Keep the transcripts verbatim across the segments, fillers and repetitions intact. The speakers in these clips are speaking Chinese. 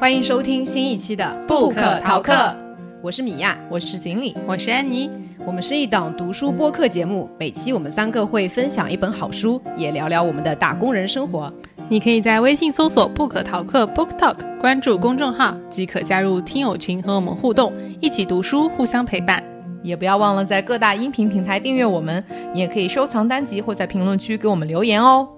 欢迎收听新一期的不可逃课， 我是米娅， 我是锦鲤， 我是安妮。 我们是一档读书播客节目，每期我们三个会分享一本好书，也聊聊我们的打工人生活。 你可以在微信搜索不可逃课 Book Talk， 关注公众号即可加入听友群和我们互动，一起读书，互相陪伴。 也不要忘了在各大音频平台订阅我们，你也可以收藏单集或在评论区给我们留言哦。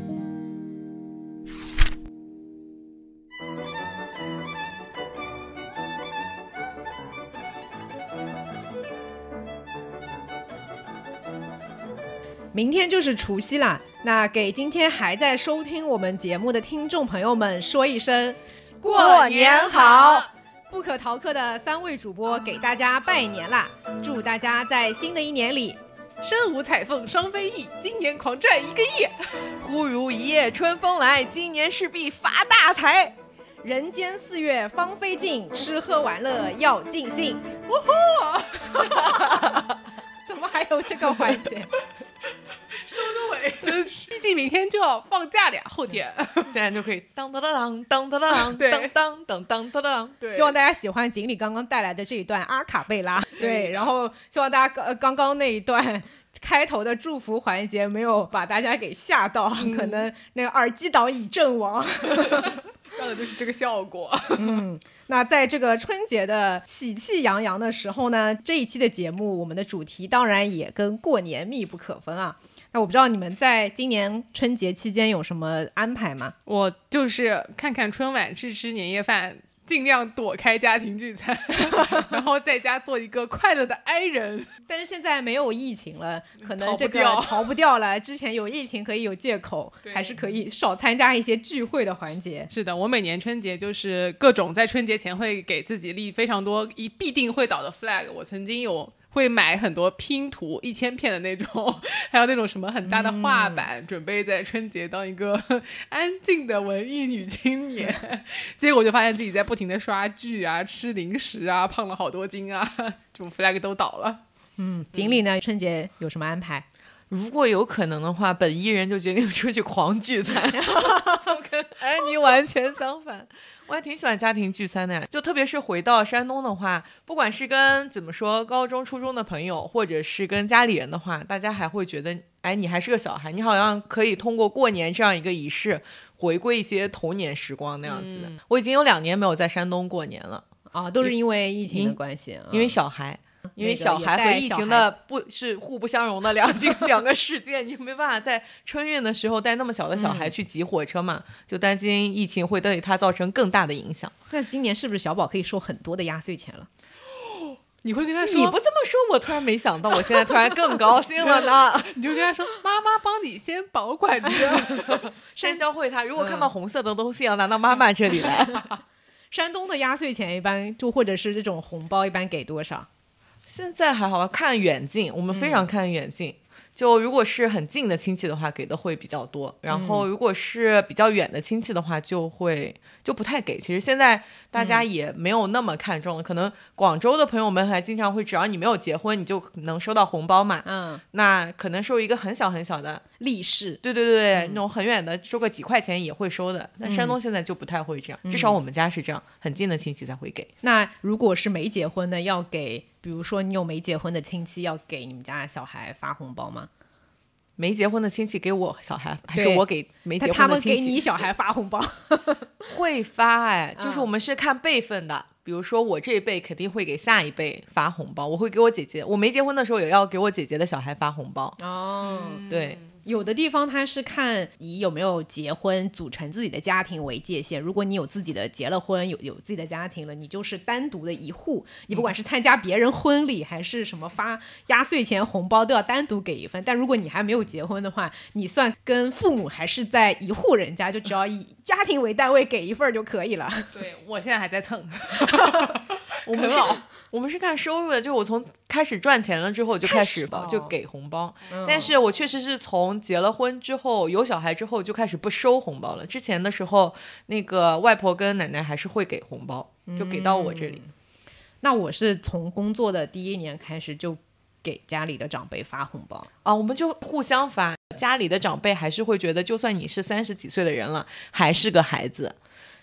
明天就是除夕啦，那给今天还在收听我们节目的听众朋友们说一声过年好。 不可逃课的三位主播给大家拜年啦，祝大家在新的一年里身无彩凤双飞翼，今年狂赚一个亿， 忽如一夜春风来，今年势必发大财， 人间四月芳菲尽，吃喝玩乐要尽兴。 呜呼怎么还有这个环节？ 收个尾，毕竟明天就要放假了呀，后天现在就可以当当当当当当对当当当当当当。 希望大家喜欢锦鲤刚刚带来的这一段阿卡贝拉，对，然后希望大家刚刚刚那一段开头的祝福环节没有把大家给吓到，嗯、可能那个耳机党已阵亡。 要的就是这个效果。 嗯，那在这个春节的喜气洋洋的时候呢，这一期的节目我们的主题当然也跟过年密不可分啊。那我不知道你们在今年春节期间有什么安排吗？ 我就是看看春晚，吃吃年夜饭，尽量躲开家庭聚餐，然后在家做一个快乐的 I 人。 但是现在没有疫情了，可能这个逃不掉了。之前有疫情可以有借口，还是可以少参加一些聚会的环节。 是的，我每年春节就是各种在春节前会给自己立非常多一必定会倒的 flag。我曾经有会买很多拼图一千片的那种，还有那种什么很大的画板、嗯、准备在春节当一个安静的文艺女青年。结果我就发现自己在不停的刷剧啊，吃零食啊，胖了好多斤啊，这种 flag 都倒了。 嗯，锦鲤呢，春节有什么安排？ 如果有可能的话，本艺人就决定出去狂聚餐，就跟安妮完全相反。我还挺喜欢家庭聚餐的呀，就特别是回到山东的话，不管是跟怎么说高中初中的朋友，或者是跟家里人的话，大家还会觉得哎，你还是个小孩，你好像可以通过过年这样一个仪式回归一些童年时光那样子的、嗯、我已经有两年没有在山东过年了啊，都是因为疫情的关系、 嗯、因为小孩因为小孩和疫情的不是互不相容的两两个世界，你没办法在春运的时候带那么小的小孩去挤火车嘛、嗯、就担心疫情会对他造成更大的影响。 那今年是不是小宝可以收很多的压岁钱了？ 你会跟他说， 你不这么说我突然没想到，我现在突然更高兴了呢。 你就跟他说妈妈帮你先保管着。 先教会他，如果看到红色的东西要拿到妈妈这里来。 山东的压岁钱一般就或者是这种红包一般给多少？ 现在还好吧，看远近，我们非常看远近、嗯、就如果是很近的亲戚的话给的会比较多，然后如果是比较远的亲戚的话就会就不太给。其实现在大家也没有那么看重了、嗯、可能广州的朋友们还经常会只要你没有结婚你就能收到红包嘛，嗯，那可能收一个很小很小的利是， 对对对、嗯、那种很远的收个几块钱也会收的，但山东现在就不太会这样、嗯、至少我们家是这样，很近的亲戚才会给。 那如果是没结婚的要给，比如说你有没结婚的亲戚要给你们家小孩发红包吗？ 没结婚的亲戚给我小孩还是我给没结婚的亲戚？ 他们给你小孩发红包会发哎，就是我们是看辈分的、嗯、比如说我这一辈肯定会给下一辈发红包，我会给我姐姐，我没结婚的时候也要给我姐姐的小孩发红包哦、 嗯、对， 有的地方它是看以有没有结婚组成自己的家庭为界限，如果你有自己的结了婚有有自己的家庭了，你就是单独的一户，你不管是参加别人婚礼还是什么发压岁钱红包都要单独给一份，但如果你还没有结婚的话，你算跟父母还是在一户人家，就只要以家庭为单位给一份就可以了。 对，我现在还在蹭我们是我们是看收入的，就是我从开始赚钱了之后就开始吧就给红包、嗯、但是我确实是从结了婚之后有小孩之后就开始不收红包了，之前的时候那个外婆跟奶奶还是会给红包，就给到我这里、嗯、 那我是从工作的第一年开始就给家里的长辈发红包啊，我们就互相发，家里的长辈还是会觉得就算你是三十几岁的人了还是个孩子，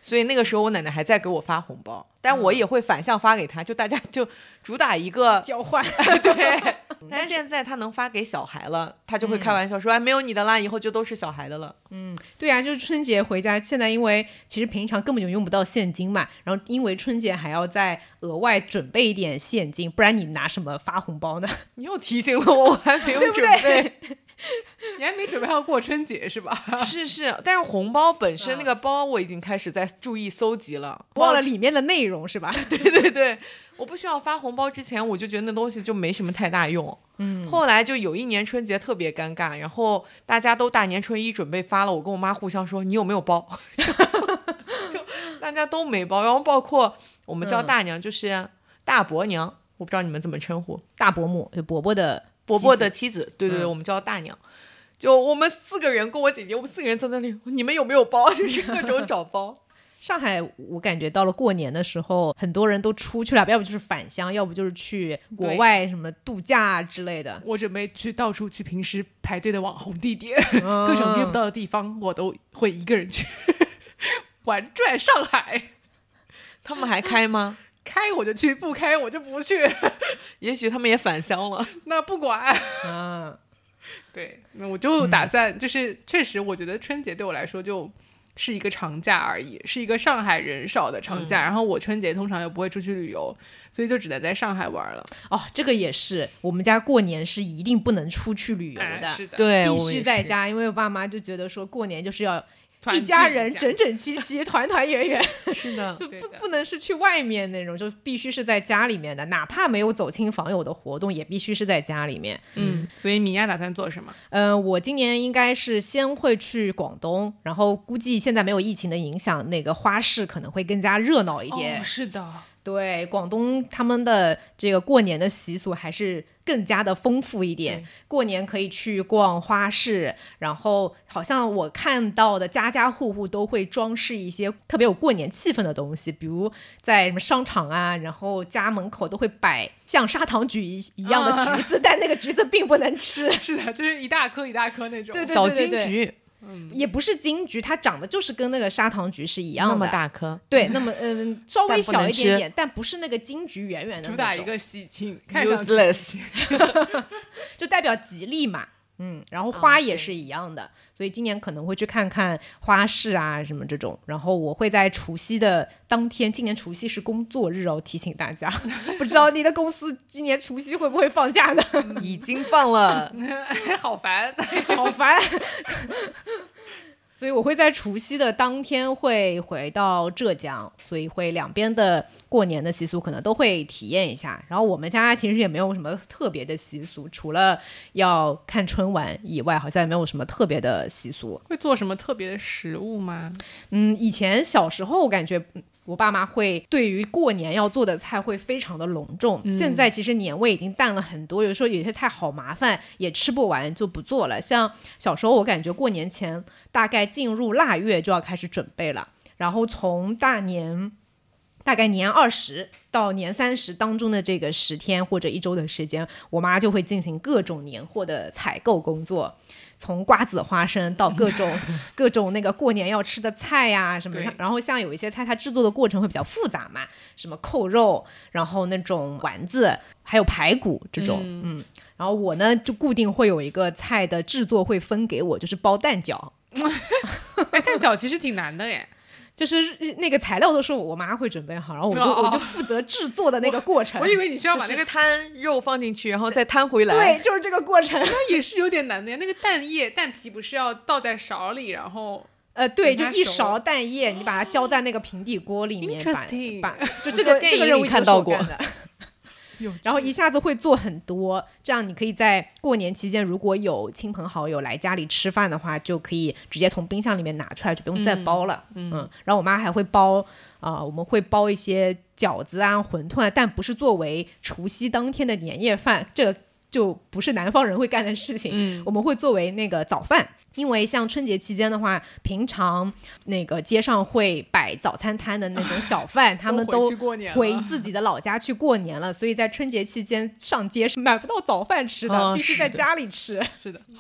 所以那个时候我奶奶还在给我发红包，但我也会反向发给她，就大家就主打一个交换对。但现在她能发给小孩了，她就会开玩笑说、嗯、哎，没有你的啦，以后就都是小孩的了。 嗯，对啊，就是春节回家，现在因为其实平常根本就用不到现金嘛，然后因为春节还要再额外准备一点现金，不然你拿什么发红包呢？ 你又提醒了我，我还没有准备。 对不对？ 你还没准备好过春节是吧？ 是是，但是红包本身那个包我已经开始在注意搜集了， 忘了里面的内容是吧？ 对对对，我不需要发红包之前我就觉得那东西就没什么太大用。嗯，后来就有一年春节特别尴尬，然后大家都大年初一准备发了，我跟我妈互相说你有没有包就大家都没包，然后包括我们叫大娘、嗯、就是大伯娘，我不知道你们怎么称呼， 大伯母就伯伯的伯伯的妻子，对对对、嗯、我们叫大娘。就我们四个人跟我姐姐，我们四个人坐在那里，你们有没有包？就是各种找包。 上海我感觉到了过年的时候，很多人都出去了，要不就是返乡，要不就是去国外什么度假之类的。 我准备去到处去平时排队的网红地点、嗯、各种约不到的地方我都会一个人去玩转上海。 他们还开吗？ 开我就去，不开我就不去。 也许他们也返乡了， 那不管。 嗯， 对，那我就打算、嗯、就是确实我觉得春节对我来说就是一个长假而已，是一个上海人少的长假、嗯、然后我春节通常又不会出去旅游，所以就只能在上海玩了。 哦，这个也是，我们家过年是一定不能出去旅游的、 哎、是的， 对， 必须在家，因为我爸妈就觉得说过年就是要一家人整整齐齐团团圆圆是的， 就不不能是去外面那种，就必须是在家里面的，哪怕没有走亲访友的活动也必须是在家里面。 嗯，所以米娅打算做什么？ 呃，我今年应该是先会去广东，然后估计现在没有疫情的影响，那个花市可能会更加热闹一点。 哦，是的， 对，广东他们的这个过年的习俗还是更加的丰富一点，过年可以去逛花市，然后好像我看到的家家户户都会装饰一些特别有过年气氛的东西，比如在什么商场啊，然后家门口都会摆像砂糖橘一样的橘子、啊、但那个橘子并不能吃。 是的，就是一大颗一大颗那种， 对对对对对， 小金橘。 嗯，也不是金桔，它长得就是跟那个砂糖橘是一样的， 那么大颗， 对，那么嗯稍微小一点点，但不是那个金桔圆圆的那种， 主打一个喜庆 ，useless， 就代表吉利嘛。嗯，然后花也是一样的、哦、所以今年可能会去看看花市啊什么这种，然后我会在除夕的当天，今年除夕是工作日哦，提醒大家不知道你的公司今年除夕会不会放假呢？ 已经放了好烦好烦所以我会在除夕的当天会回到浙江，所以会两边的过年的习俗可能都会体验一下。然后我们家其实也没有什么特别的习俗，除了要看春晚以外，好像也没有什么特别的习俗。 会做什么特别的食物吗？ 嗯，以前小时候我感觉我爸妈会对于过年要做的菜会非常的隆重、嗯、现在其实年味已经淡了很多，有时候有些菜好麻烦也吃不完就不做了。像小时候我感觉过年前大概进入腊月就要开始准备了，然后从大年大概年二十到年三十当中的这个十天或者一周的时间，我妈就会进行各种年货的采购工作，从瓜子花生到各种各种那个过年要吃的菜呀、啊、什么，然后像有一些菜它制作的过程会比较复杂嘛，什么扣肉，然后那种丸子，还有排骨这种。 嗯, 嗯然后我呢就固定会有一个菜的制作会分给我，就是包蛋饺哎，蛋饺其实挺难的耶， 就是那个材料都是我妈会准备好，然后我就、哦、我就负责制作的那个过程。 我, 我以为你是要把那个摊肉放进去然后再摊回来。 对，就是这个过程。 那也是有点难的呀，那个蛋液蛋皮不是要倒在勺里，然后呃，对，就一勺蛋液，你把它浇在那个平底锅里面，把把就这个这个任务看到过的。然后一下子会做很多，这样你可以在过年期间如果有亲朋好友来家里吃饭的话，就可以直接从冰箱里面拿出来，就不用再包了。 嗯, 嗯然后我妈还会包啊、呃，我们会包一些饺子啊馄饨啊，但不是作为除夕当天的年夜饭，这个就不是南方人会干的事情、嗯、我们会作为那个早饭。因为像春节期间的话，平常那个街上会摆早餐摊的那种小贩他们都回自己的老家去过年了，所以在春节期间上街是买不到早饭吃的、哦、必须在家里吃。 是的， 好的。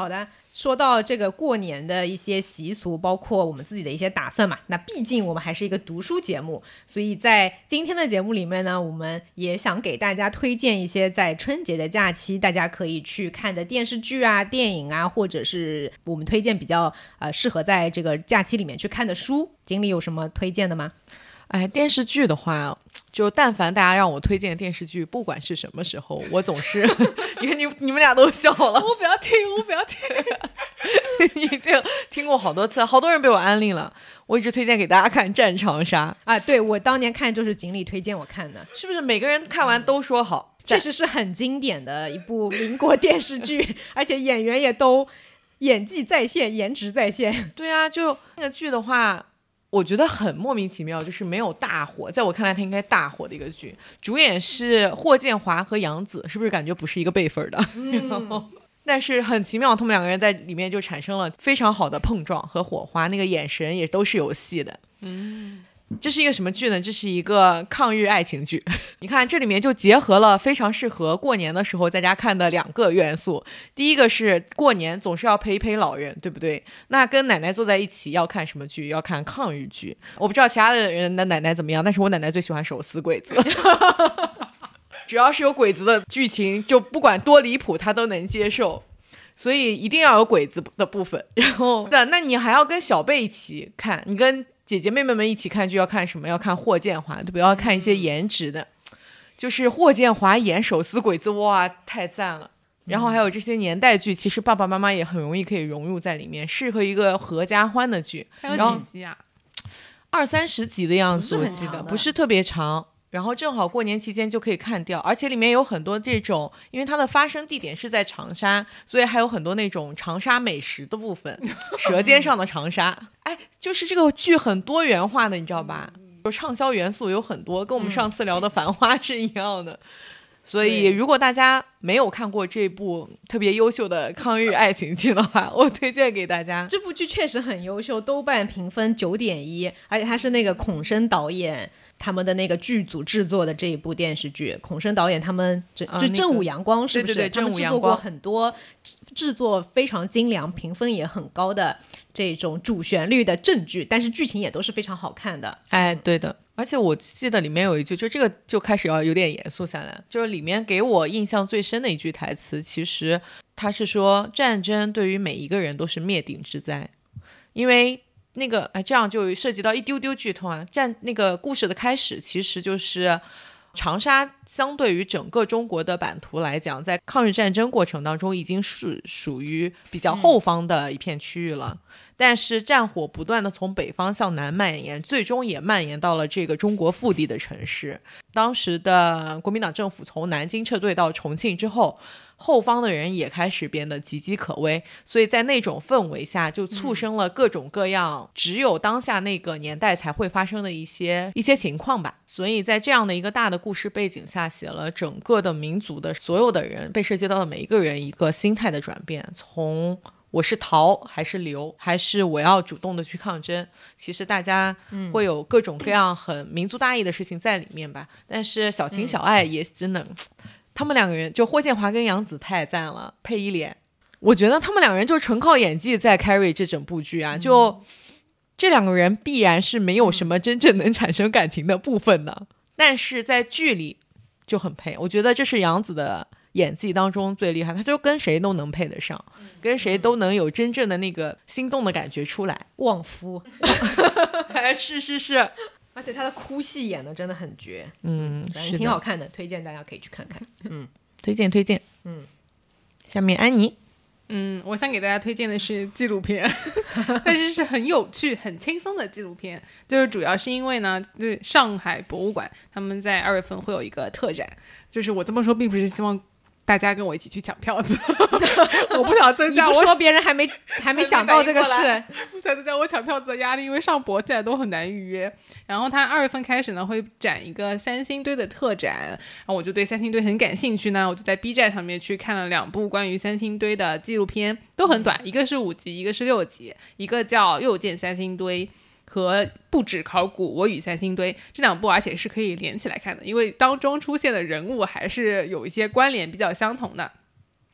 说到这个过年的一些习俗，包括我们自己的一些打算嘛，那毕竟我们还是一个读书节目，所以在今天的节目里面呢，我们也想给大家推荐一些在春节的假期大家可以去看的电视剧啊、电影啊，或者是我们推荐比较呃适合在这个假期里面去看的书。锦鲤有什么推荐的吗？ 哎，电视剧的话，就但凡大家让我推荐电视剧，不管是什么时候，我总是因为你你们俩都笑了， 我不要听，我不要听， 已经听过好多次，好多人被我安利了。我一直推荐给大家看《战长沙》 啊，对，我当年看就是锦鲤推荐我看的， 是不是每个人看完都说好？ 确实是很经典的一部民国电视剧，而且演员也都演技在线，颜值在线。 对啊，就那个剧的话。我觉得很莫名其妙，就是没有大火，在我看来它应该大火的一个剧，主演是霍建华和杨紫，是不是感觉不是一个辈分的？嗯、但是很奇妙，他们两个人在里面就产生了非常好的碰撞和火花，那个眼神也都是有戏的。嗯，这是一个什么剧呢？这是一个抗日爱情剧。你看这里面就结合了非常适合过年的时候在家看的两个元素。第一个是过年总是要陪一陪老人，对不对？那跟奶奶坐在一起要看什么剧？要看抗日剧。我不知道其他的人的奶奶怎么样，但是我奶奶最喜欢手撕鬼子。只要是有鬼子的剧情，就不管多离谱她都能接受，所以一定要有鬼子的部分。然后对，那你还要跟小辈一起看，你跟姐姐妹妹们一起看剧要看什么？要看霍建华，对不？要看一些颜值的，就是霍建华演手撕鬼子，哇，太赞了。然后还有这些年代剧，其实爸爸妈妈也很容易可以融入在里面，适合一个合家欢的剧。 还有几集啊？ 二三十集的样子，我记得不是很长的， 不是特别长。然后正好过年期间就可以看掉，而且里面有很多这种，因为它的发生地点是在长沙，所以还有很多那种长沙美食的部分，舌尖上的长沙。哎，就是这个剧很多元化的，你知道吧？就畅销元素有很多，跟我们上次聊的《繁花》是一样的。所以如果大家没有看过这部特别优秀的抗日爱情剧的话，我推荐给大家。 这部剧确实很优秀，豆瓣评分九点一，而且它是那个孔笙导演他们的那个剧组制作的这一部电视剧。孔笙导演他们就就正午阳光是不是？ 对对对，正午阳光他们制作过很多制作非常精良、评分也很高的这种主旋律的正剧，但是剧情也都是非常好看的。 哎，对的。而且我记得里面有一句，就这个就开始要有点严肃下来，就是里面给我印象最深的一句台词，其实他是说战争对于每一个人都是灭顶之灾。因为那个哎，这样就涉及到一丢丢剧透啊。战那个故事的开始其实就是长沙相对于整个中国的版图来讲，在抗日战争过程当中已经是属于比较后方的一片区域了、嗯、但是战火不断的从北方向南蔓延，最终也蔓延到了这个中国腹地的城市。当时的国民党政府从南京撤退到重庆之后，后方的人也开始变得岌岌可危，所以在那种氛围下就促生了各种各样只有当下那个年代才会发生的一些一些情况吧。所以在这样的一个大的故事背景下，写了整个的民族的所有的人被涉及到的每一个人一个心态的转变，从我是逃还是留，还是我要主动的去抗争，其实大家会有各种各样很民族大义的事情在里面吧。但是小情小爱也真的、嗯、他们两个人就霍建华跟杨紫太赞了，配一脸，我觉得他们两个人就纯靠演技在 carry 这整部剧啊。就、嗯、这两个人必然是没有什么真正能产生感情的部分的、嗯、但是在剧里就很配。我觉得这是杨紫的演技当中最厉害，他就跟谁都能配得上、嗯、跟谁都能有真正的那个心动的感觉出来。 旺夫是是是， 而且他的哭戏演的真的很绝， 嗯，是挺好看的，推荐大家可以去看看。嗯， 推荐推荐。 嗯， 下面安妮。 嗯，我想给大家推荐的是纪录片，但是是很有趣、很轻松的纪录片。就是主要是因为呢，就是上海博物馆他们在二月份会有一个特展。就是我这么说，并不是希望大家跟我一起去抢票子，我不想增加我。 你不说别人还没还没想到这个事， 不想增加我抢票子的压力，因为上博现在都很难预约。然后他二月份开始呢，会展一个三星堆的特展，然后我就对三星堆很感兴趣呢，我就在 B 站上面去看了两部关于三星堆的纪录片，都很短，一个是五集，一个是六集，一个叫《又见三星堆》和不止考古我与三星堆，这两部而且是可以连起来看的，因为当中出现的人物还是有一些关联比较相同的。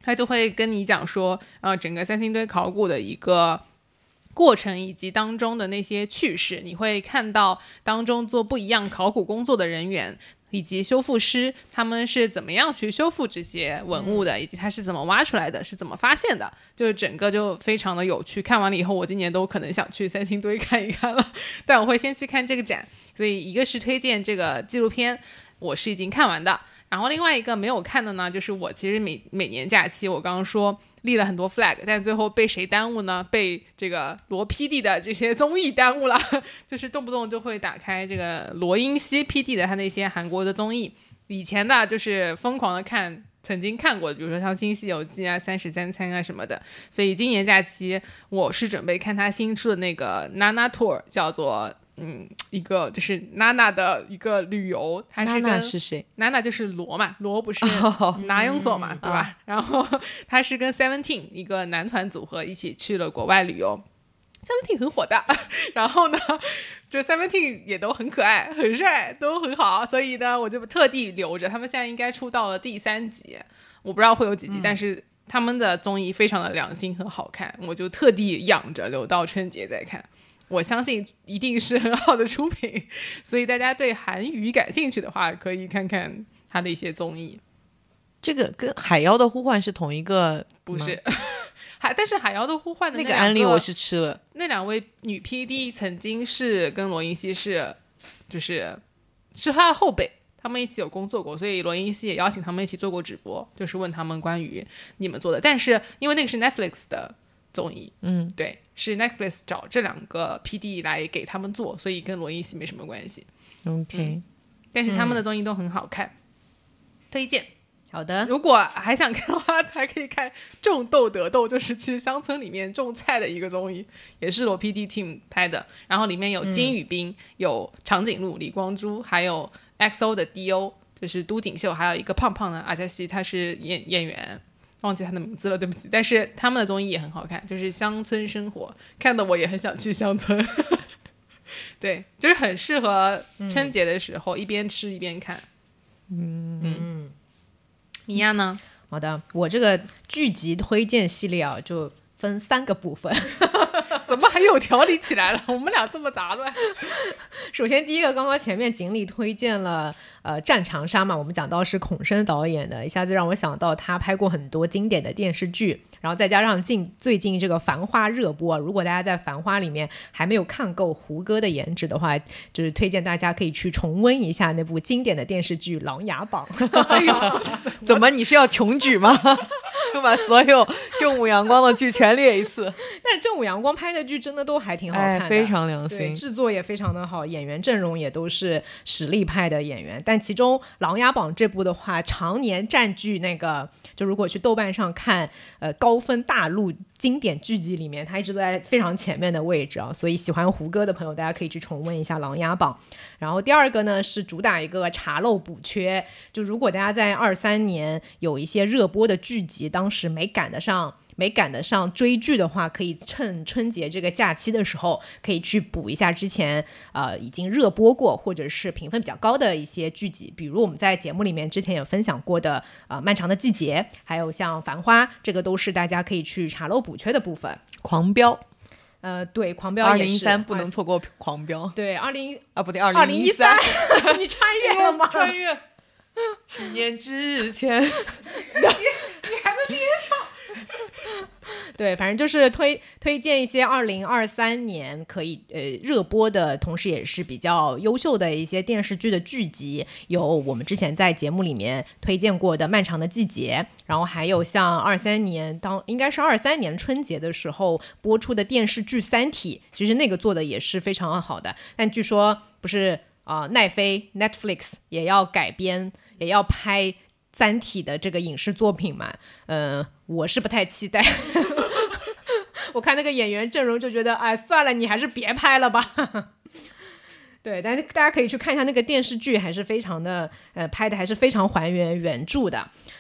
他就会跟你讲说，呃，整个三星堆考古的一个过程以及当中的那些趣事，你会看到当中做不一样考古工作的人员以及修复师他们是怎么样去修复这些文物的，以及它是怎么挖出来的，是怎么发现的，就是整个就非常的有趣。看完了以后我今年都可能想去三星堆看一看了，但我会先去看这个展。所以一个是推荐这个纪录片，我是已经看完的，然后另外一个没有看的呢，就是我其实每每年假期我刚刚说立了很多 flag， 但最后被谁耽误呢？被这个罗 P D 的这些综艺耽误了，就是动不动就会打开这个罗英熙 P D 的他那些韩国的综艺，以前的就是疯狂的看，曾经看过，比如说像《新西游记》啊、三十三餐啊什么的，所以今年假期我是准备看他新出的那个 Nana Tour， 叫做嗯，一个就是娜娜的一个旅游，还是跟娜娜是谁？ 娜娜就是罗嘛，罗不是拿永佐嘛， oh, 对吧？嗯、然后他是跟 Seventeen 一个男团组合一起去了国外旅游。Seventeen 很火的，然后呢，就 Seventeen 也都很可爱、很帅，都很好，所以呢，我就特地留着。他们现在应该出到了第三集，我不知道会有几集，嗯、但是他们的综艺非常的良心和好看，我就特地养着留到春节再看。我相信一定是很好的出品，所以大家对韩语感兴趣的话，可以看看他的一些综艺。 这个跟海妖的呼唤是同一个？ 不是，海但是海妖的呼唤的那, 那个案例我是吃了。 那两位女 P D 曾经是跟罗英熙是，就是是他的后辈，他们一起有工作过，所以罗英熙也邀请他们一起做过直播，就是问他们关于你们做的。但是因为那个是 Netflix 的综艺， 嗯， 对，是 Netflix 找这两个 P D 来给他们做，所以跟罗英熙没什么关系。 OK， 嗯、但是他们的综艺都很好看，嗯、推荐。 好的， 如果还想看的话，还可以看种豆得豆，就是去乡村里面种菜的一个综艺，也是罗 P D team 拍的。然后里面有金宇彬、嗯、有长颈鹿李光洙，还有 X O 的 D O， 就是都锦绣，还有一个胖胖的阿加西，他是演演员。忘记他的名字了，对不起。但是他们的综艺也很好看，就是乡村生活，看得我也很想去乡村。对，就是很适合春节的时候、嗯、一边吃一边看。 嗯嗯， 米娅呢？ 好的，我这个剧集推荐系列啊，就分三个部分。 怎么还有条理起来了？我们俩这么杂乱。 首先第一个，刚刚前面锦鲤推荐了呃战长沙嘛，我们讲到是孔笙导演的，一下子让我想到他拍过很多经典的电视剧，然后再加上近最近这个繁花热播，如果大家在繁花里面还没有看够胡歌的颜值的话，就是推荐大家可以去重温一下那部经典的电视剧《琅琊榜》。 哎呦，怎么你是要穷举吗？就把所有正午阳光的剧全列一次。 但正午阳光拍的剧真的都还挺好看的， 哎、非常良心， 制作也非常的好，演员阵容也都是实力派的演员。但其中《琅琊榜》这部的话，常年占据那个，就如果去豆瓣上看，呃，高分大陆经典剧集里面，它一直都在非常前面的位置啊。所以喜欢胡歌的朋友，大家可以去重温一下《琅琊榜》。然后第二个呢，是主打一个查漏补缺，就如果大家在二三年有一些热播的剧集，当时没赶得上。没赶得上追剧的话，可以趁春节这个假期的时候，可以去补一下之前呃已经热播过或者是评分比较高的一些剧集，比如我们在节目里面之前有分享过的呃漫长的季节，还有像繁花，这个都是大家可以去查漏补缺的部分。 狂飙， 呃，对，狂飙也是二零一三不能错过狂飙。 对，二零啊不对， 二零一三，你穿越了吗？ 穿越，十年之前，你你还能连上。 对，反正就是推推荐一些二零二三年可以呃热播的，同时也是比较优秀的一些电视剧的剧集，有我们之前在节目里面推荐过的《漫长的季节》，然后还有像二三年当应该是二三年春节的时候播出的电视剧《三体》，其实那个做的也是非常好的，但据说不是啊、呃，奈飞 Netflix 也要改编，也要拍三体的这个影视作品嘛，呃，我是不太期待。我看那个演员阵容就觉得，哎，算了，你还是别拍了吧。对，但是大家可以去看一下那个电视剧，还是非常的，呃，拍的还是非常还原原著的。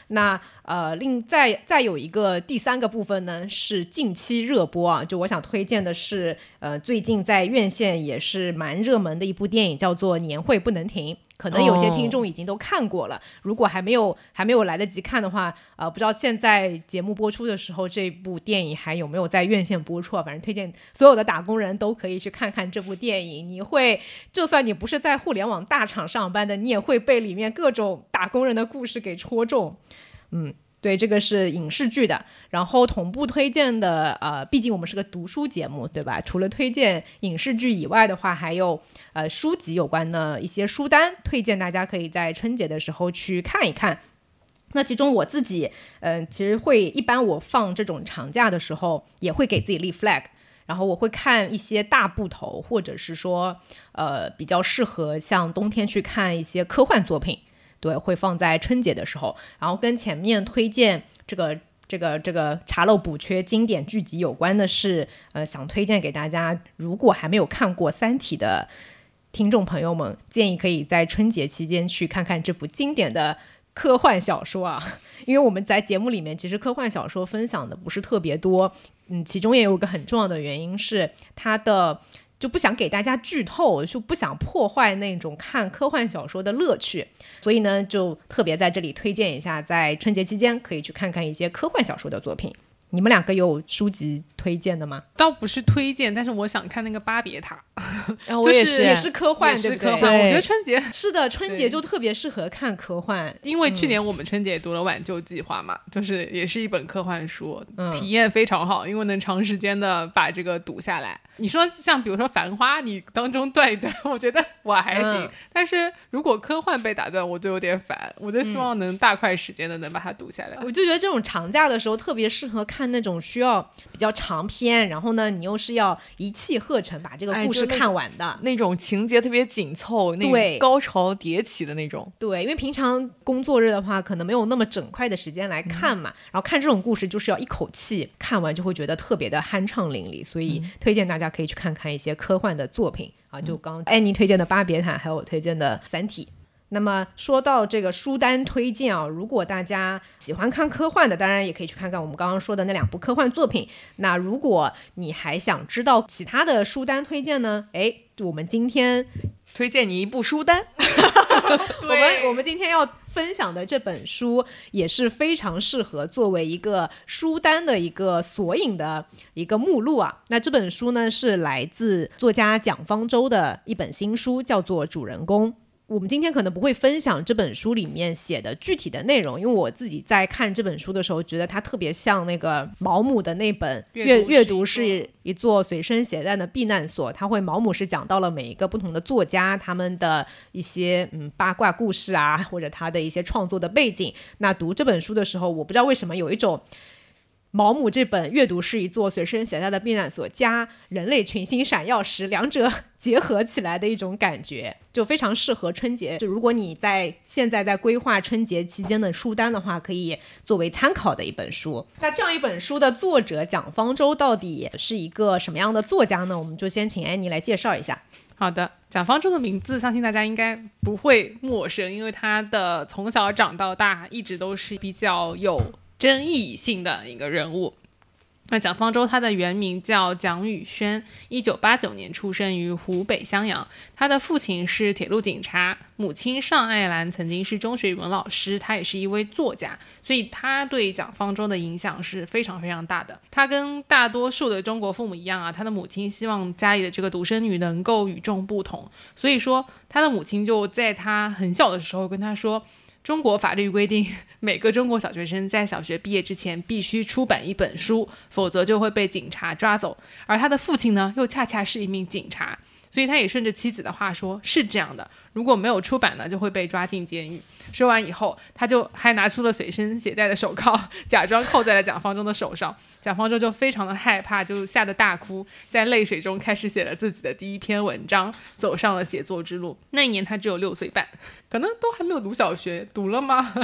那呃，另再再有一个第三个部分呢，是近期热播啊，就我想推荐的是，呃，最近在院线也是蛮热门的一部电影，叫做《年会不能停》。可能有些听众已经都看过了，哦、如果还没有还没有来得及看的话，呃，不知道现在节目播出的时候，这部电影还有没有在院线播出啊？反正推荐所有的打工人都可以去看看这部电影。你会，就算你不是在互联网大厂上班的，你也会被里面各种打工人的故事给戳中。嗯。对，这个是影视剧的，然后同步推荐的，呃，毕竟我们是个读书节目，对吧？除了推荐影视剧以外的话，还有呃书籍有关的一些书单，推荐大家可以在春节的时候去看一看。那其中我自己，嗯、呃，其实会一般我放这种长假的时候，也会给自己立 flag。然后我会看一些大部头，或者是说，呃，比较适合像冬天去看一些科幻作品。对，会放在春节的时候，然后跟前面推荐这个这个这个查漏补缺经典剧集有关的是，呃，想推荐给大家，如果还没有看过《三体》的听众朋友们，建议可以在春节期间去看看这部经典的科幻小说啊，因为我们在节目里面其实科幻小说分享的不是特别多，嗯，其中也有一个很重要的原因是它的。就不想给大家剧透，就不想破坏那种看科幻小说的乐趣，所以呢，就特别在这里推荐一下，在春节期间可以去看看一些科幻小说的作品。你们两个有书籍推荐的吗？ 倒不是推荐，但是我想看那个巴别塔、 哦、我也是， 也是科幻， 也是科幻。 对， 我觉得春节是的，春节就特别适合看科幻， 因为去年我们春节也读了《挽救计划》嘛、嗯、就是也是一本科幻书、 嗯、 体验非常好，因为能长时间的把这个读下来。你说像比如说《繁花》，你当中断一断，我觉得我还行、嗯、但是如果科幻被打断，我就有点烦，我就希望能大快时间的能把它读下来、 嗯、我就觉得这种长假的时候特别适合看那种需要比较长篇，然后呢你又是要一气呵成把这个故事看完的、哎、 那, 那种情节特别紧凑，那种高潮迭起的那种。 对，因为平常工作日的话可能没有那么整块的时间来看嘛、嗯、然后看这种故事就是要一口气看完，就会觉得特别的酣畅淋漓，所以推荐大家可以去看看一些科幻的作品啊，就刚安妮推荐的《巴别塔》，还有我推荐的《三体》。那么说到这个书单推荐啊，如果大家喜欢看科幻的，当然也可以去看看我们刚刚说的那两部科幻作品。那如果你还想知道其他的书单推荐呢，哎，我们今天推荐你一部书单我们我们今天要分享的这本书也是非常适合作为一个书单的一个索引的一个目录啊。那这本书呢是来自作家蒋方舟的一本新书，叫做《主人公》。我们今天可能不会分享这本书里面写的具体的内容，因为我自己在看这本书的时候觉得它特别像那个毛姆的那本阅阅读是一座随身携带的避难所，它会毛姆是讲到了每一个不同的作家他们的一些嗯八卦故事啊，或者他的一些创作的背景。那读这本书的时候，我不知道为什么有一种毛姆这本阅读是一座随身携带的避难所加人类群星闪耀时两者结合起来的一种感觉，就非常适合春节。就如果你在现在在规划春节期间的书单的话，可以作为参考的一本书。那这样一本书的作者蒋方舟到底是一个什么样的作家呢？我们就先请安妮来介绍一下。 好的，蒋方舟的名字相信大家应该不会陌生，因为他的从小长到大一直都是比较有争议性的一个人物。那蒋方舟他的原名叫蒋宇轩，一九八九年出生于湖北襄阳。他的父亲是铁路警察，母亲尚爱兰曾经是中学语文老师，他也是一位作家，所以他对蒋方舟的影响是非常非常大的。他跟大多数的中国父母一样啊，他的母亲希望家里的这个独生女能够与众不同，所以说他的母亲就在他很小的时候跟他说，中国法律规定每个中国小学生在小学毕业之前必须出版一本书，否则就会被警察抓走。而他的父亲呢又恰恰是一名警察，所以他也顺着妻子的话说，是这样的，如果没有出版呢就会被抓进监狱。说完以后，他就还拿出了随身携带的手铐，假装扣在了蒋方舟的手上。蒋方舟就非常的害怕，就吓得大哭，在泪水中开始写了自己的第一篇文章，走上了写作之路。那一年他只有六岁半，可能都还没有读小学，读了吗？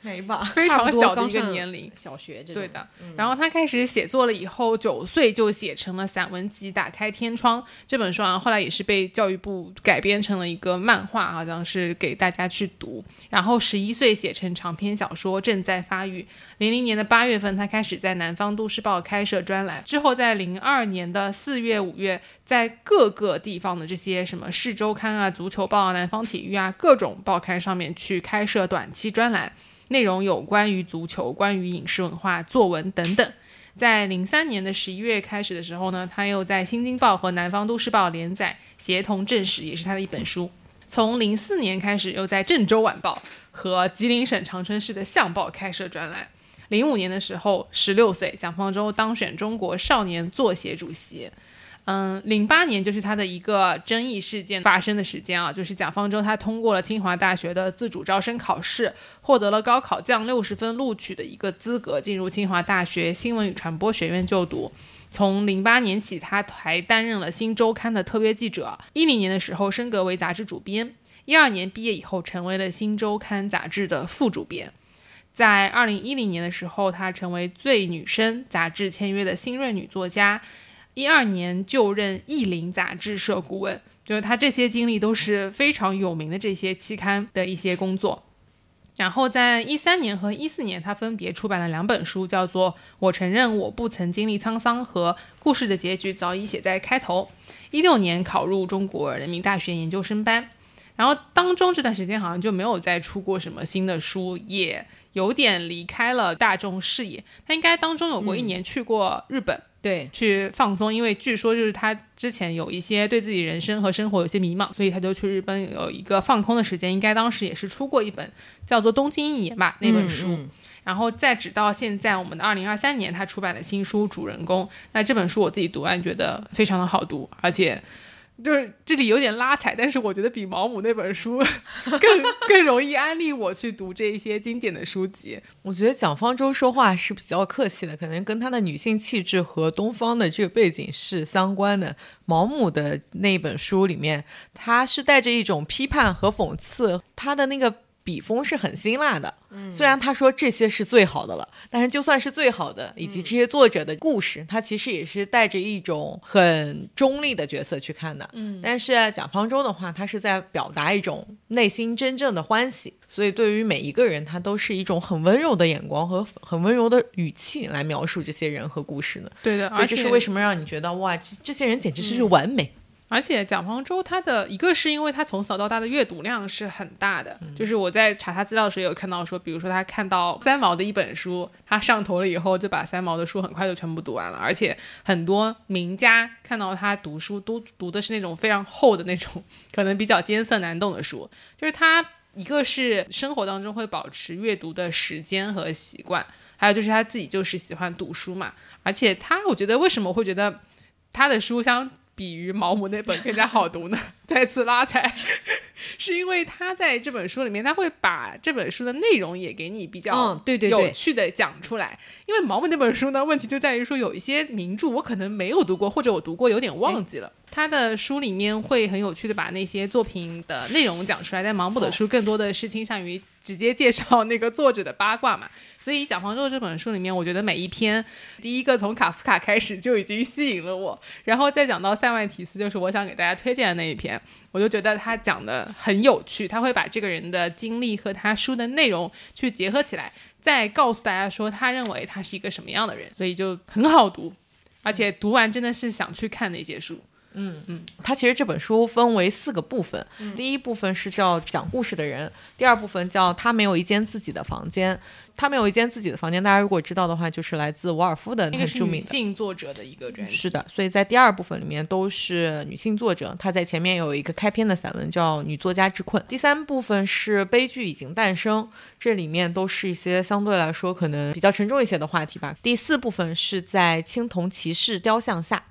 没吧？ 非常小的一个年龄， 小学这种。 对的、嗯。然后他开始写作了以后，九岁就写成了散文集《打开天窗》这本书啊，后来也是被教育部改编成了一个漫画，好像是给大家去读。然后十一岁写成长篇小说《正在发育》。零零年的八月份，他开始在南方都市报开设专栏，之后在零二年的四月、五月，在各个地方的这些什么市周刊啊、足球报啊、南方体育啊各种报刊上面去开设短期专栏。内容有关于足球、关于影视文化、作文等等。在零三年的十一月开始的时候呢，他又在新京报和南方都市报连载《协同正史》，也是他的一本书。从零四年开始，又在郑州晚报和吉林省长春市的相报开设专栏。零五年的时候，十六岁，蒋方舟当选中国少年作协主席。嗯，零八年就是他的一个争议事件发生的时间啊，就是蒋方舟他通过了清华大学的自主招生考试，获得了高考降六十分录取的一个资格，进入清华大学新闻与传播学院就读。从零八年起，他还担任了《新周刊》的特约记者。一零年的时候升格为杂志主编，一二年毕业以后成为了《新周刊》杂志的副主编。在二零一零年的时候，他成为《最女生》杂志签约的新锐女作家。一二年就任《意林》杂志社顾问，就是他这些经历都是非常有名的这些期刊的一些工作。然后在一三年和一四年，他分别出版了两本书，叫做《我承认我不曾经历沧桑》和《故事的结局早已写在开头》。一六年考入中国人民大学研究生班，然后当中这段时间好像就没有再出过什么新的书，也有点离开了大众视野。他应该当中有过一年去过日本。嗯对， 去放松，因为据说就是他之前有一些对自己人生和生活有些迷茫，所以他就去日本有一个放空的时间，应该当时也是出过一本叫做《东京一年》吧那本书、嗯嗯、然后再直到现在我们的二零二三年他出版了新书《主人公》，那这本书我自己读完觉得非常的好读，而且就是这里有点拉踩，但是我觉得比毛姆那本书更更容易安利我去读这一些经典的书籍。 我觉得蒋方舟说话是比较客气的，可能跟他的女性气质和东方的这个背景是相关的。毛姆的那本书里面，他是带着一种批判和讽刺，他的那个笔锋是很辛辣的、嗯、虽然他说这些是最好的了，但是就算是最好的以及这些作者的故事、嗯、他其实也是带着一种很中立的角色去看的、嗯、但是蒋方舟的话，他是在表达一种内心真正的欢喜，所以对于每一个人他都是一种很温柔的眼光和很温柔的语气来描述这些人和故事呢。 对的， 而且这是为什么让你觉得哇 这, 这些人简直是完美、嗯， 而且蒋方舟他的一个是因为他从小到大的阅读量是很大的、嗯、就是我在查他资料的时候有看到说，比如说他看到三毛的一本书，他上头了以后就把三毛的书很快就全部读完了，而且很多名家看到他读书都读的是那种非常厚的那种可能比较艰涩难懂的书，就是他一个是生活当中会保持阅读的时间和习惯，还有就是他自己就是喜欢读书嘛，而且他我觉得为什么我会觉得他的书相比于毛姆那本更加好读呢再次拉踩是因为他在这本书里面他会把这本书的内容也给你比较有趣的讲出来、嗯、对对对，因为毛姆那本书呢问题就在于说有一些名著我可能没有读过，或者我读过有点忘记了、嗯、他的书里面会很有趣的把那些作品的内容讲出来，但毛姆的书更多的是倾向于直接介绍那个作者的八卦嘛，所以蒋方舟这本书里面我觉得每一篇第一个从卡夫卡开始就已经吸引了我，然后再讲到塞万提斯就是我想给大家推荐的那一篇，我就觉得他讲的很有趣，他会把这个人的经历和他书的内容去结合起来，再告诉大家说他认为他是一个什么样的人，所以就很好读，而且读完真的是想去看那些书。 嗯嗯，它其实这本书分为四个部分、嗯、第一部分是叫讲故事的人，第二部分叫他没有一间自己的房间，他没有一间自己的房间大家如果知道的话就是来自沃尔夫的很著名的、那个、是女性作者的一个专辑， 是的，所以在第二部分里面都是女性作者，他在前面有一个开篇的散文叫女作家之困，第三部分是悲剧已经诞生，这里面都是一些相对来说可能比较沉重一些的话题吧，第四部分是在青铜骑士雕像下，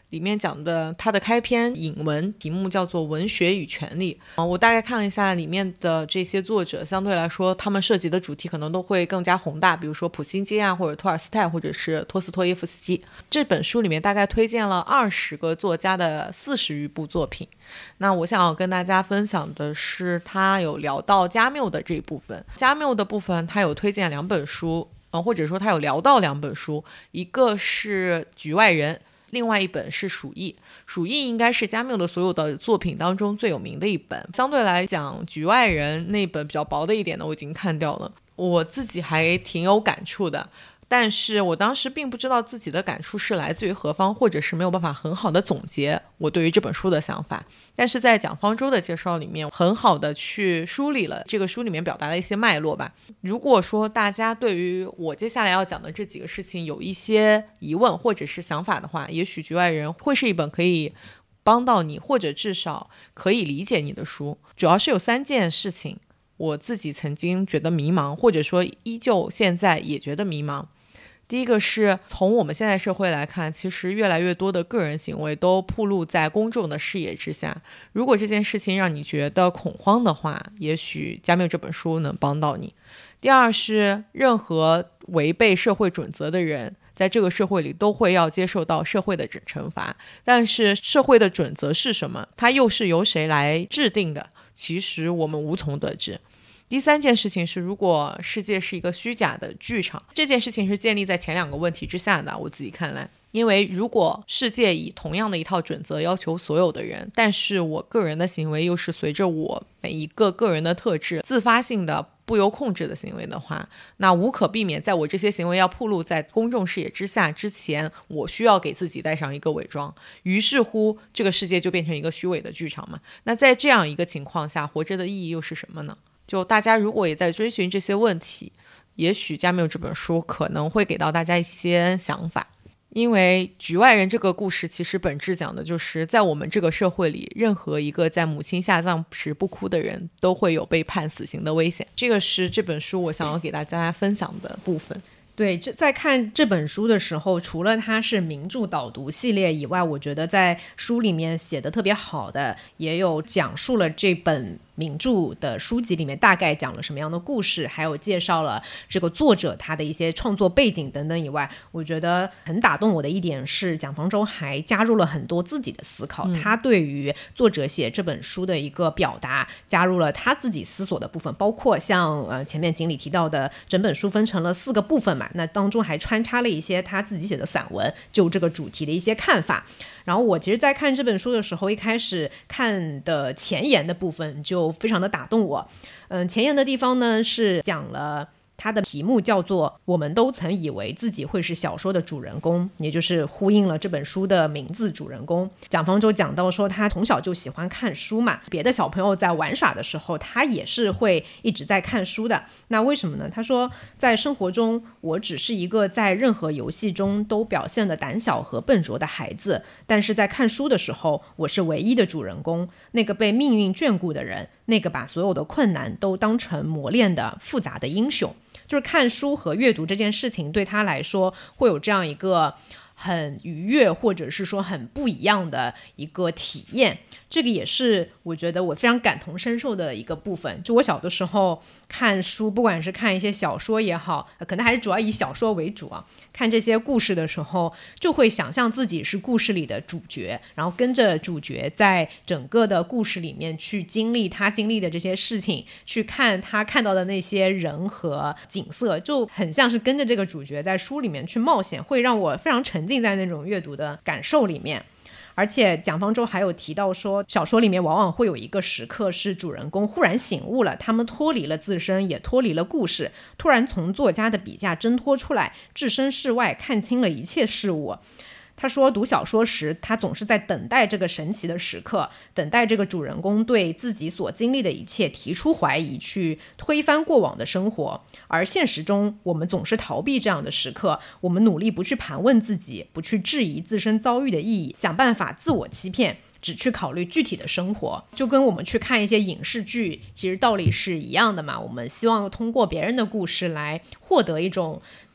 里面讲的它的开篇引文题目叫做文学与权力、呃、我大概看了一下里面的这些作者，相对来说他们涉及的主题可能都会更加宏大，比如说普希金啊，或者托尔斯泰，或者是托斯托耶夫斯基。这本书里面大概推荐了二十个作家的四十余部作品，那我想要跟大家分享的是他有聊到加缪的这一部分。加缪的部分他有推荐两本书、呃、或者说他有聊到两本书，一个是《局外人》，另外一本是《鼠疫》。《鼠疫》应该是加缪的所有的作品当中最有名的一本，相对来讲《局外人》那本比较薄的一点的我已经看掉了，我自己还挺有感触的，但是我当时并不知道自己的感触是来自于何方，或者是没有办法很好的总结我对于这本书的想法。但是在蒋方舟的介绍里面很好的去梳理了这个书里面表达的一些脉络吧。如果说大家对于我接下来要讲的这几个事情有一些疑问或者是想法的话，也许《局外人》会是一本可以帮到你，或者至少可以理解你的书。主要是有三件事情我自己曾经觉得迷茫，或者说依旧现在也觉得迷茫。第一个是从我们现在社会来看，其实越来越多的个人行为都暴露在公众的视野之下。如果这件事情让你觉得恐慌的话，也许加缪这本书能帮到你。第二是任何违背社会准则的人在这个社会里都会要接受到社会的惩罚，但是社会的准则是什么，它又是由谁来制定的，其实我们无从得知。第三件事情是，如果世界是一个虚假的剧场，这件事情是建立在前两个问题之下的，我自己看来。因为如果世界以同样的一套准则要求所有的人，但是我个人的行为又是随着我每一个个人的特质自发性的不由控制的行为的话，那无可避免在我这些行为要暴露在公众视野之下之前，我需要给自己带上一个伪装，于是乎这个世界就变成一个虚伪的剧场嘛。那在这样一个情况下，活着的意义又是什么呢？就大家如果也在追寻这些问题，也许加缪这本书可能会给到大家一些想法。因为局外人这个故事其实本质讲的就是在我们这个社会里，任何一个在母亲下葬时不哭的人都会有被判死刑的危险。这个是这本书我想要给大家分享的部分。 对，这在看这本书的时候，除了它是名著导读系列以外，我觉得在书里面写的特别好的，也有讲述了这本名著的书籍里面大概讲了什么样的故事，还有介绍了这个作者他的一些创作背景等等以外，我觉得很打动我的一点是蒋方舟还加入了很多自己的思考、嗯、他对于作者写这本书的一个表达加入了他自己思索的部分，包括像呃前面锦鲤提到的整本书分成了四个部分嘛，那当中还穿插了一些他自己写的散文，就这个主题的一些看法。然后我其实在看这本书的时候，一开始看的前言的部分就非常的打动我。嗯，前言的地方呢是讲了它的题目叫做我们都曾以为自己会是小说的主人公，也就是呼应了这本书的名字主人公。蒋方舟讲到说他从小就喜欢看书嘛，别的小朋友在玩耍的时候他也是会一直在看书的。那为什么呢？他说在生活中我只是一个在任何游戏中都表现的胆小和笨拙的孩子，但是在看书的时候我是唯一的主人公，那个被命运眷顾的人，那个把所有的困难都当成磨练的复杂的英雄。就是看书和阅读这件事情对他来说会有这样一个很愉悦或者是说很不一样的一个体验，这个也是我觉得我非常感同身受的一个部分。就我小的时候看书，不管是看一些小说也好，可能还是主要以小说为主啊，看这些故事的时候就会想象自己是故事里的主角，然后跟着主角在整个的故事里面去经历他经历的这些事情，去看他看到的那些人和景色，就很像是跟着这个主角在书里面去冒险，会让我非常沉浸在那种阅读的感受里面。而且蒋方舟还有提到说，小说里面往往会有一个时刻是主人公忽然醒悟了，他们脱离了自身，也脱离了故事，突然从作家的笔下挣脱出来，置身事外，看清了一切事物。他说读小说时他总是在等待这个神奇的时刻，等待这个主人公对自己所经历的一切提出怀疑，去推翻过往的生活。而现实中我们总是逃避这样的时刻，我们努力不去盘问自己，不去质疑自身遭遇的意义，想办法自我欺骗，只去考虑具体的生活。就跟我们去看一些影视剧其实道理是一样的嘛，我们希望通过别人的故事来获得一种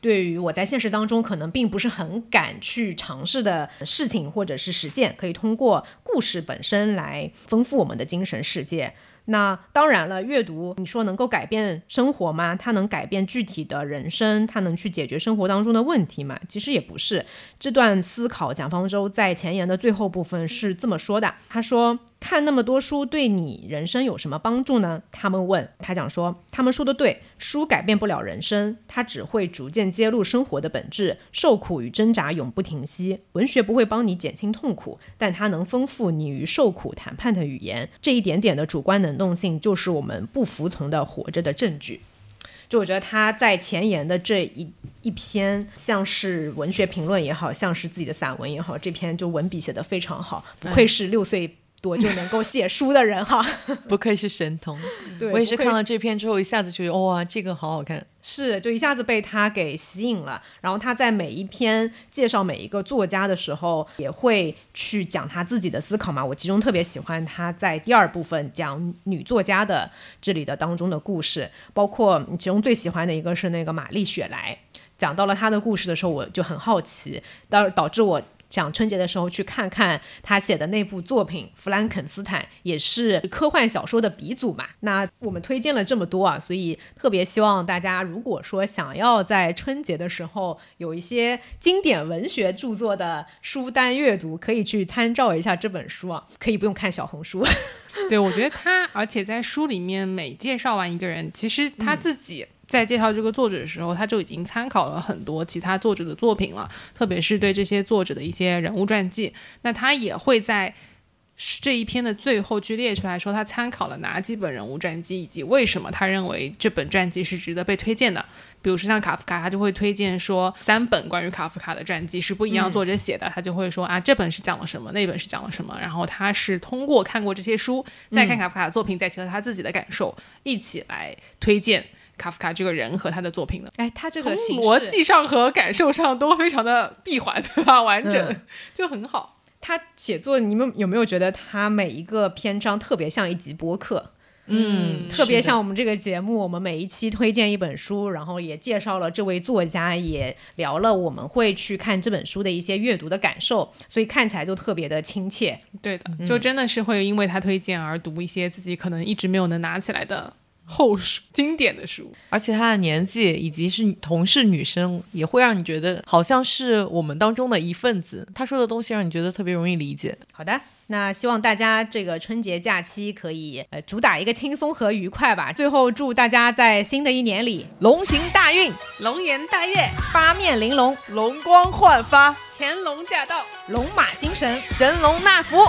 对于我在现实当中可能并不是很敢去尝试的事情或者是实践，可以通过故事本身来丰富我们的精神世界。那当然了，阅读你说能够改变生活吗？它能改变具体的人生，它能去解决生活当中的问题吗？其实也不是。这段思考蒋方舟在前言的最后部分是这么说的，他说看那么多书对你人生有什么帮助呢？他们问，他讲说他们说的对，书改变不了人生，它只会逐渐揭露生活的本质，受苦与挣扎永不停息。文学不会帮你减轻痛苦，但它能丰富你与受苦谈判的语言，这一点点的主观能动性就是我们不服从的活着的证据。就我觉得他在前言的这一一篇，像是文学评论也好，像是自己的散文也好，这篇就文笔写得非常好，不愧是六岁多就能够写书的人哈， 不愧是神童。 对， 我也是看了这篇之后，一下子觉得哇，这个好好看。 是，就一下子被他给吸引了。然后他在每一篇介绍每一个作家的时候，也会去讲他自己的思考嘛。我其中特别喜欢他在第二部分讲女作家的这里的当中的故事，包括其中最喜欢的一个是那个玛丽雪莱。讲到了他的故事的时候，我就很好奇，导导致我想春节的时候去看看他写的那部作品《弗兰肯斯坦》，也是科幻小说的鼻祖嘛。那我们推荐了这么多啊，所以特别希望大家如果说想要在春节的时候有一些经典文学著作的书单阅读，可以去参照一下这本书啊，可以不用看小红书。 对，我觉得他而且在书里面每介绍完一个人，其实他自己在介绍这个作者的时候，他就已经参考了很多其他作者的作品了，特别是对这些作者的一些人物传记。那他也会在这一篇的最后去列出来说他参考了哪几本人物传记，以及为什么他认为这本传记是值得被推荐的。比如说像卡夫卡，他就会推荐说三本关于卡夫卡的传记是不一样作者写的、嗯、他就会说啊，这本是讲了什么，那本是讲了什么，然后他是通过看过这些书，再看卡夫卡的作品，再结合他自己的感受一起来推荐卡夫卡这个人和他的作品的。 哎，他这个从逻辑上和感受上都非常的闭环，对吧？完整、嗯、就很好。 他写作，你们有没有觉得他每一个篇章特别像一集播客？ 嗯， 特别像我们这个节目，我们每一期推荐一本书，然后也介绍了这位作家，也聊了我们会去看这本书的一些阅读的感受，所以看起来就特别的亲切。 对的，就真的是会因为他推荐而读一些自己可能一直没有能拿起来的厚书经典的书。 而且他的年纪以及是同是女生，也会让你觉得好像是我们当中的一份子，他说的东西让你觉得特别容易理解。 好的，那希望大家这个春节假期可以呃主打一个轻松和愉快吧。最后祝大家在新的一年里龙行大运， 龙颜大悦， 八面玲珑， 容光焕发， 乾隆驾到， 龙马精神， 神龙纳福。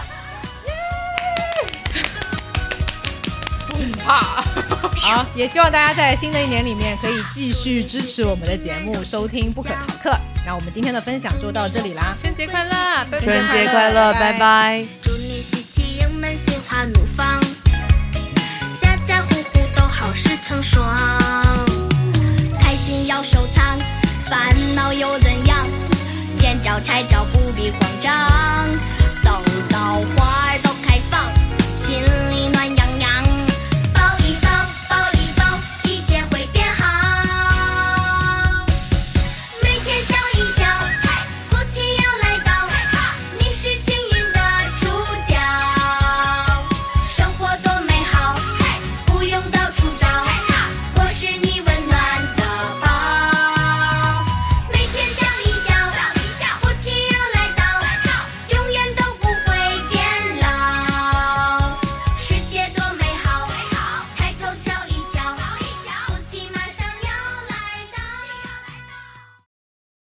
好， 也希望大家在新的一年里面可以继续支持我们的节目，收听不可逃课。那我们今天的分享就到这里啦， 春节快乐， 春节快乐，拜拜。 祝你